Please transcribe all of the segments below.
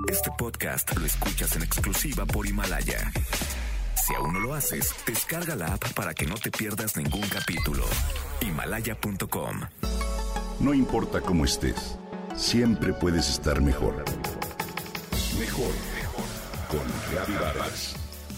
Este podcast lo escuchas en exclusiva por Himalaya. Si aún no lo haces, descarga la app para que no te pierdas ningún capítulo. Himalaya.com. No importa cómo estés, siempre puedes estar mejor. Mejor, mejor. Con Gaby Vargas.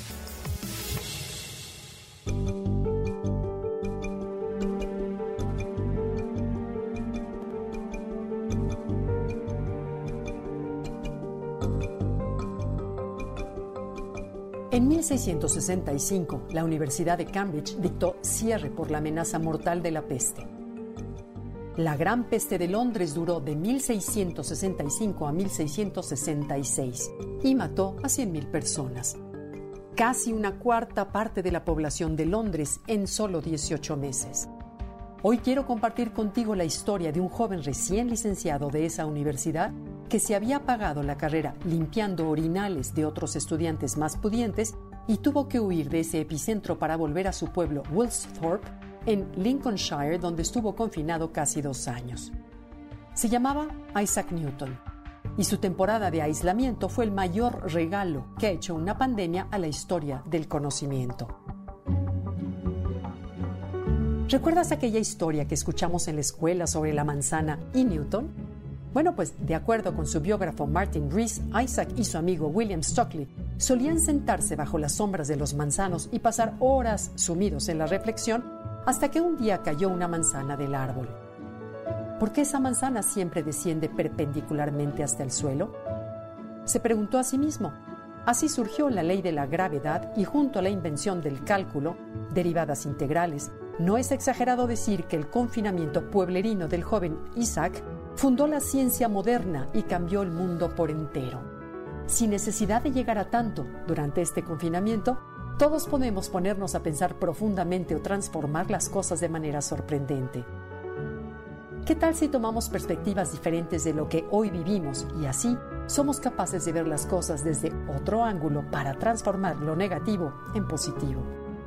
En 1665, la Universidad de Cambridge dictó cierre por la amenaza mortal de la peste. La Gran Peste de Londres duró de 1665 a 1666 y mató a 100.000 personas. Casi una cuarta parte de la población de Londres en solo 18 meses. Hoy quiero compartir contigo la historia de un joven recién licenciado de esa universidad que se había pagado la carrera limpiando orinales de otros estudiantes más pudientes y tuvo que huir de ese epicentro para volver a su pueblo Woolsthorpe, en Lincolnshire, donde estuvo confinado casi 2 años. Se llamaba Isaac Newton, y su temporada de aislamiento fue el mayor regalo que ha hecho una pandemia a la historia del conocimiento. ¿Recuerdas aquella historia que escuchamos en la escuela sobre la manzana y Newton? Bueno, pues de acuerdo con su biógrafo Martin Rees, Isaac y su amigo William Stockley solían sentarse bajo las sombras de los manzanos y pasar horas sumidos en la reflexión hasta que un día cayó una manzana del árbol. ¿Por qué esa manzana siempre desciende perpendicularmente hasta el suelo? Se preguntó a sí mismo. Así surgió la ley de la gravedad y junto a la invención del cálculo, derivadas integrales, no es exagerado decir que el confinamiento pueblerino del joven Isaac fundó la ciencia moderna y cambió el mundo por entero. Sin necesidad de llegar a tanto durante este confinamiento, todos podemos ponernos a pensar profundamente o transformar las cosas de manera sorprendente. ¿Qué tal si tomamos perspectivas diferentes de lo que hoy vivimos y así somos capaces de ver las cosas desde otro ángulo para transformar lo negativo en positivo?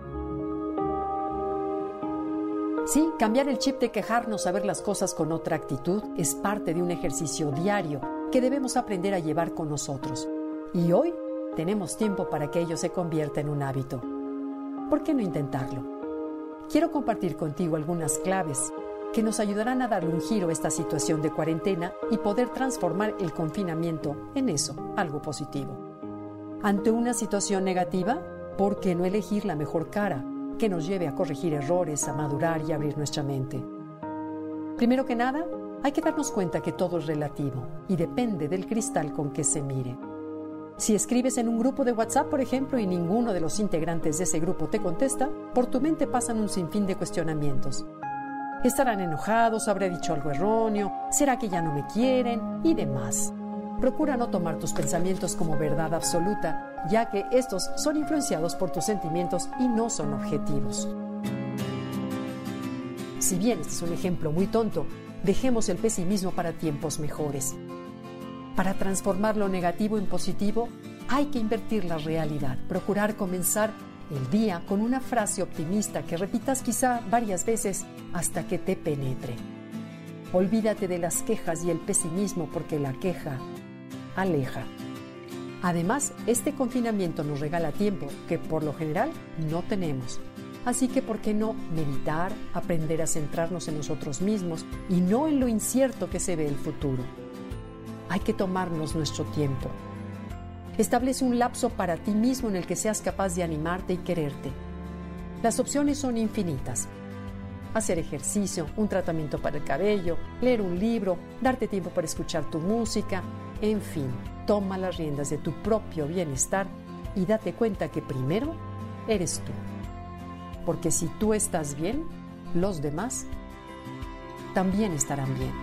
Sí, cambiar el chip de quejarnos a ver las cosas con otra actitud es parte de un ejercicio diario que debemos aprender a llevar con nosotros. Y hoy tenemos tiempo para que ello se convierta en un hábito. ¿Por qué no intentarlo? Quiero compartir contigo algunas claves que nos ayudarán a darle un giro a esta situación de cuarentena y poder transformar el confinamiento en eso, algo positivo. Ante una situación negativa, ¿por qué no elegir la mejor cara que nos lleve a corregir errores, a madurar y abrir nuestra mente? Primero que nada, hay que darnos cuenta que todo es relativo y depende del cristal con que se mire. Si escribes en un grupo de WhatsApp, por ejemplo, y ninguno de los integrantes de ese grupo te contesta, por tu mente pasan un sinfín de cuestionamientos. ¿Estarán enojados? ¿Habré dicho algo erróneo? ¿Será que ya no me quieren? Y demás. Procura no tomar tus pensamientos como verdad absoluta, ya que estos son influenciados por tus sentimientos y no son objetivos. Si bien este es un ejemplo muy tonto, dejemos el pesimismo para tiempos mejores. Para transformar lo negativo en positivo, hay que invertir la realidad, procurar comenzar el día con una frase optimista que repitas quizá varias veces hasta que te penetre. Olvídate de las quejas y el pesimismo porque la queja aleja. Además, este confinamiento nos regala tiempo que por lo general no tenemos. Así que, ¿por qué no meditar, aprender a centrarnos en nosotros mismos y no en lo incierto que se ve el futuro? Hay que tomarnos nuestro tiempo. Establece un lapso para ti mismo en el que seas capaz de animarte y quererte. Las opciones son infinitas. Hacer ejercicio, un tratamiento para el cabello, leer un libro, darte tiempo para escuchar tu música, en fin, toma las riendas de tu propio bienestar y date cuenta que primero eres tú. Porque si tú estás bien, los demás también estarán bien.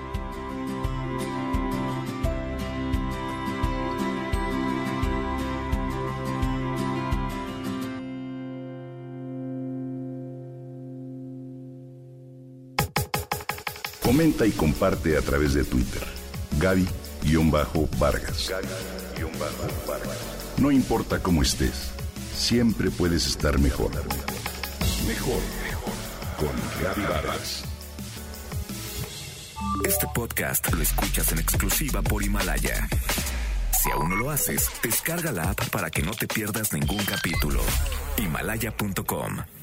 Comenta y comparte a través de Twitter. Gaby-Vargas. No importa cómo estés, siempre puedes estar mejor. Mejor, mejor. Con Gaby Vargas. Este podcast lo escuchas en exclusiva por Himalaya. Si aún no lo haces, descarga la app para que no te pierdas ningún capítulo. Himalaya.com